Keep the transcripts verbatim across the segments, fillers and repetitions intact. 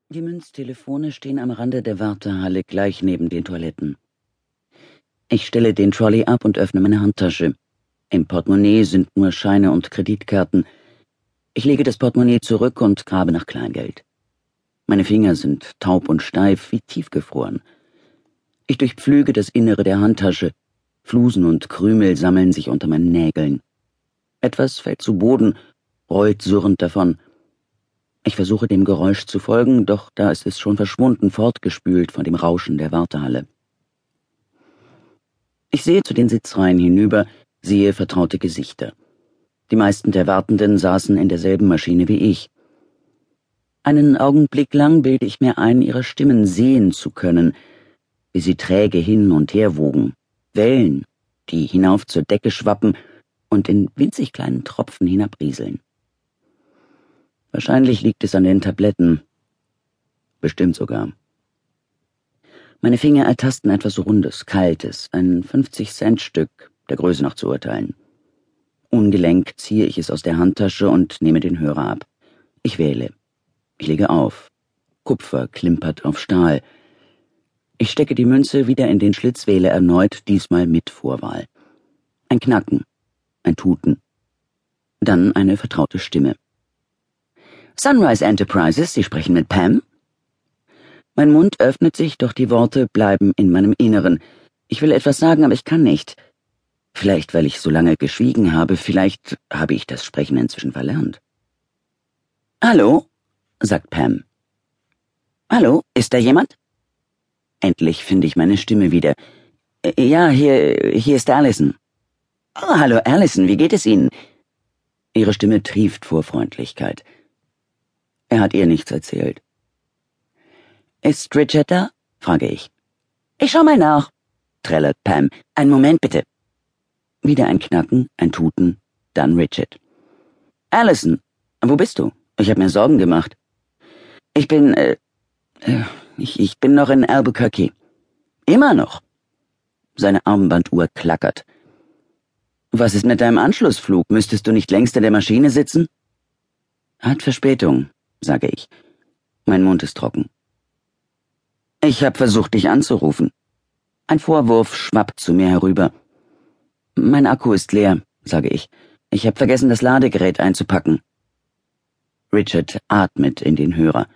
Die Münztelefone stehen am Rande der Wartehalle gleich neben den Toiletten. Ich stelle den Trolley ab und öffne meine Handtasche. Im Portemonnaie sind nur Scheine und Kreditkarten. Ich lege das Portemonnaie zurück und grabe nach Kleingeld. Meine Finger sind taub und steif, wie tiefgefroren. Ich durchpflüge das Innere der Handtasche. Flusen und Krümel sammeln sich unter meinen Nägeln. Etwas fällt zu Boden, rollt surrend davon. Ich versuche dem Geräusch zu folgen, doch da ist es schon verschwunden, fortgespült von dem Rauschen der Wartehalle. Ich sehe zu den Sitzreihen hinüber, sehe vertraute Gesichter. Die meisten der Wartenden saßen in derselben Maschine wie ich. Einen Augenblick lang bilde ich mir ein, ihre Stimmen sehen zu können, wie sie träge hin und her wogen, Wellen, die hinauf zur Decke schwappen und in winzig kleinen Tropfen hinabrieseln. Wahrscheinlich liegt es an den Tabletten. Bestimmt sogar. Meine Finger ertasten etwas Rundes, Kaltes, ein fünfzig-Cent-Stück, der Größe nach zu urteilen. Ungelenk ziehe ich es aus der Handtasche und nehme den Hörer ab. Ich wähle. Ich lege auf. Kupfer klimpert auf Stahl. Ich stecke die Münze wieder in den Schlitz, wähle erneut, diesmal mit Vorwahl. Ein Knacken, ein Tuten. Dann eine vertraute Stimme. Sunrise Enterprises, Sie sprechen mit Pam? Mein Mund öffnet sich, doch die Worte bleiben in meinem Inneren. Ich will etwas sagen, aber ich kann nicht. Vielleicht, weil ich so lange geschwiegen habe, vielleicht habe ich das Sprechen inzwischen verlernt. Hallo, sagt Pam. Hallo, ist da jemand? Endlich finde ich meine Stimme wieder. Ja, hier, hier ist Allison. Oh, hallo Allison, wie geht es Ihnen? Ihre Stimme trieft vor Freundlichkeit. Er hat ihr nichts erzählt. Ist Richard da? Frage ich. Ich schau mal nach, trällert Pam. Einen Moment bitte. Wieder ein Knacken, ein Tuten, dann Richard. Allison, wo bist du? Ich habe mir Sorgen gemacht. Ich bin, äh, ich, ich bin noch in Albuquerque. Immer noch. Seine Armbanduhr klackert. Was ist mit deinem Anschlussflug? Müsstest du nicht längst in der Maschine sitzen? Hat Verspätung, sage ich. Mein Mund ist trocken. Ich habe versucht, dich anzurufen. Ein Vorwurf schwappt zu mir herüber. Mein Akku ist leer, sage ich. Ich habe vergessen, das Ladegerät einzupacken. Richard atmet in den Hörer.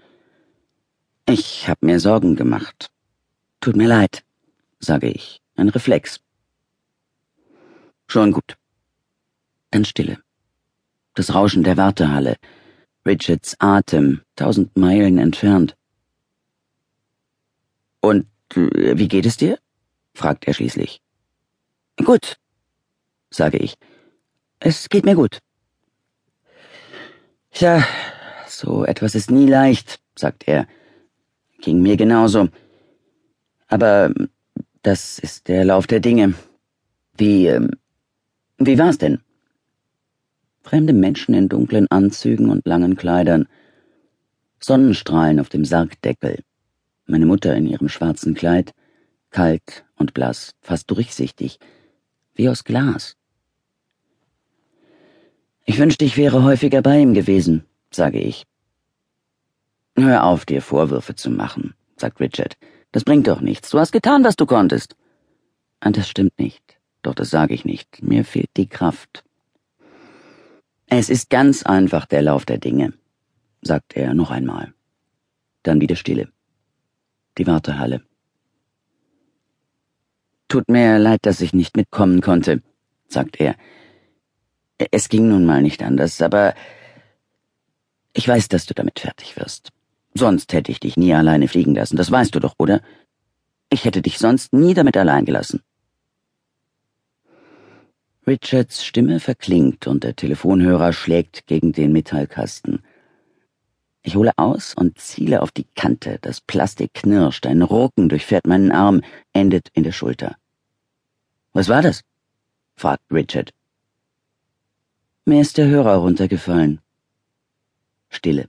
Ich habe mir Sorgen gemacht. Tut mir leid, sage ich. Ein Reflex. Schon gut. Dann Stille. Das Rauschen der Wartehalle. Richards Atem, tausend Meilen entfernt. Und äh, wie geht es dir? Fragt er schließlich. Gut, sage ich. Es geht mir gut. Tja, so etwas ist nie leicht, sagt er. Ging mir genauso. Aber das ist der Lauf der Dinge. Wie, äh, wie war's denn? Fremde Menschen in dunklen Anzügen und langen Kleidern. Sonnenstrahlen auf dem Sargdeckel. Meine Mutter in ihrem schwarzen Kleid, kalt und blass, fast durchsichtig, wie aus Glas. Ich wünschte, ich wäre häufiger bei ihm gewesen, sage ich. Hör auf, dir Vorwürfe zu machen, sagt Richard. Das bringt doch nichts. Du hast getan, was du konntest. Und das stimmt nicht. Doch das sage ich nicht. Mir fehlt die Kraft. Es ist ganz einfach der Lauf der Dinge, sagt er noch einmal. Dann wieder Stille. Die Wartehalle. Tut mir leid, dass ich nicht mitkommen konnte, sagt er. Es ging nun mal nicht anders, aber ich weiß, dass du damit fertig wirst. Sonst hätte ich dich nie alleine fliegen lassen, das weißt du doch, oder? Ich hätte dich sonst nie damit allein gelassen. Richards Stimme verklingt und der Telefonhörer schlägt gegen den Metallkasten. Ich hole aus und ziele auf die Kante, das Plastik knirscht, ein Rucken durchfährt meinen Arm, endet in der Schulter. Was war das? Fragt Richard. Mir ist der Hörer runtergefallen. Stille.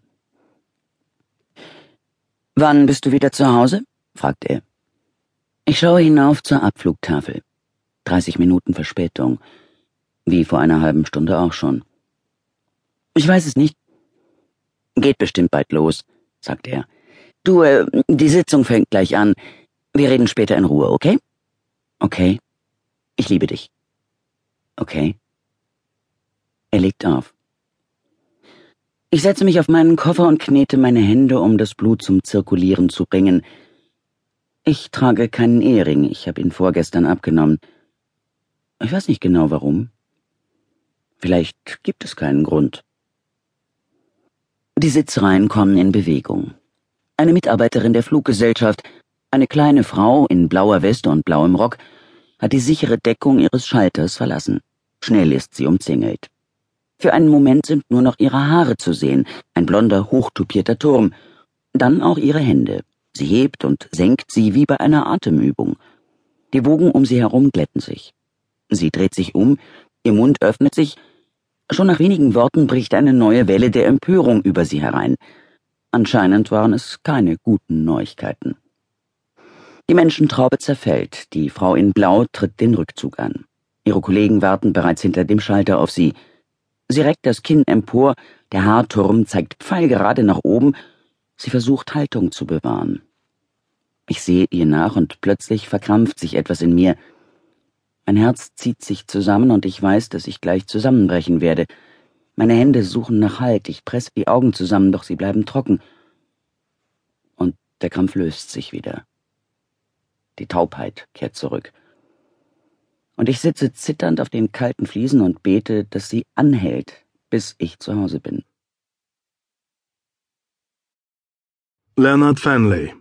Wann bist du wieder zu Hause? Fragt er. Ich schaue hinauf zur Abflugtafel. Dreißig Minuten Verspätung. Wie vor einer halben Stunde auch schon. Ich weiß es nicht. Geht bestimmt bald los, sagt er. Du, äh, die Sitzung fängt gleich an. Wir reden später in Ruhe, okay? Okay. Ich liebe dich. Okay. Er legt auf. Ich setze mich auf meinen Koffer und knete meine Hände, um das Blut zum Zirkulieren zu bringen. Ich trage keinen Ehering, ich habe ihn vorgestern abgenommen. Ich weiß nicht genau warum. Vielleicht gibt es keinen Grund. Die Sitzreihen kommen in Bewegung. Eine Mitarbeiterin der Fluggesellschaft, eine kleine Frau in blauer Weste und blauem Rock, hat die sichere Deckung ihres Schalters verlassen. Schnell ist sie umzingelt. Für einen Moment sind nur noch ihre Haare zu sehen, ein blonder, hochtupierter Turm. Dann auch ihre Hände. Sie hebt und senkt sie wie bei einer Atemübung. Die Wogen um sie herum glätten sich. Sie dreht sich um, ihr Mund öffnet sich. Schon nach wenigen Worten bricht eine neue Welle der Empörung über sie herein. Anscheinend waren es keine guten Neuigkeiten. Die Menschentraube zerfällt, die Frau in Blau tritt den Rückzug an. Ihre Kollegen warten bereits hinter dem Schalter auf sie. Sie reckt das Kinn empor, der Haarturm zeigt pfeilgerade nach oben, sie versucht Haltung zu bewahren. Ich sehe ihr nach und plötzlich verkrampft sich etwas in mir. Mein Herz zieht sich zusammen und ich weiß, dass ich gleich zusammenbrechen werde. Meine Hände suchen nach Halt, ich presse die Augen zusammen, doch sie bleiben trocken. Und der Krampf löst sich wieder. Die Taubheit kehrt zurück. Und ich sitze zitternd auf den kalten Fliesen und bete, dass sie anhält, bis ich zu Hause bin. Leonard Fanley.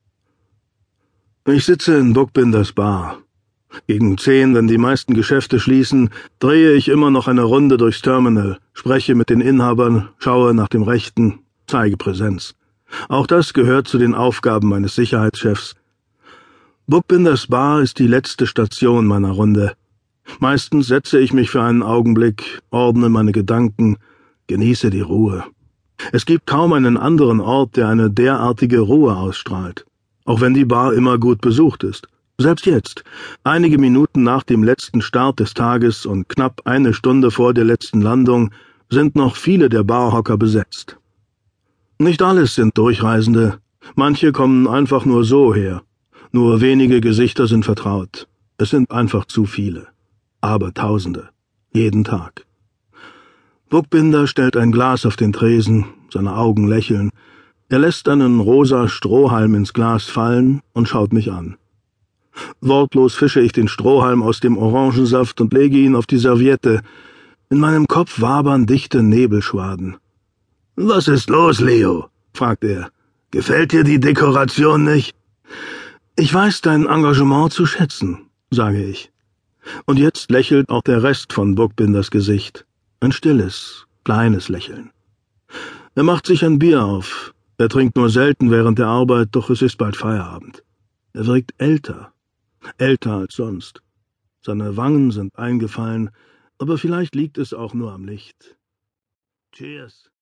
Ich sitze in Bookbinders Bar. Gegen zehn, wenn die meisten Geschäfte schließen, drehe ich immer noch eine Runde durchs Terminal, spreche mit den Inhabern, schaue nach dem Rechten, zeige Präsenz. Auch das gehört zu den Aufgaben meines Sicherheitschefs. Bookbinders Bar ist die letzte Station meiner Runde. Meistens setze ich mich für einen Augenblick, ordne meine Gedanken, genieße die Ruhe. Es gibt kaum einen anderen Ort, der eine derartige Ruhe ausstrahlt, auch wenn die Bar immer gut besucht ist. Selbst jetzt, einige Minuten nach dem letzten Start des Tages und knapp eine Stunde vor der letzten Landung, sind noch viele der Barhocker besetzt. Nicht alles sind Durchreisende, manche kommen einfach nur so her. Nur wenige Gesichter sind vertraut. Es sind einfach zu viele. Aber Tausende. Jeden Tag. Bookbinder stellt ein Glas auf den Tresen, seine Augen lächeln. Er lässt einen rosa Strohhalm ins Glas fallen und schaut mich an. Wortlos fische ich den Strohhalm aus dem Orangensaft und lege ihn auf die Serviette. In meinem Kopf wabern dichte Nebelschwaden. »Was ist los, Leo?« fragt er. »Gefällt dir die Dekoration nicht?« »Ich weiß dein Engagement zu schätzen«, sage ich. Und jetzt lächelt auch der Rest von Bookbinders Gesicht. Ein stilles, kleines Lächeln. Er macht sich ein Bier auf. Er trinkt nur selten während der Arbeit, doch es ist bald Feierabend. Er wirkt älter. Älter als sonst. Seine Wangen sind eingefallen, aber vielleicht liegt es auch nur am Licht. Cheers.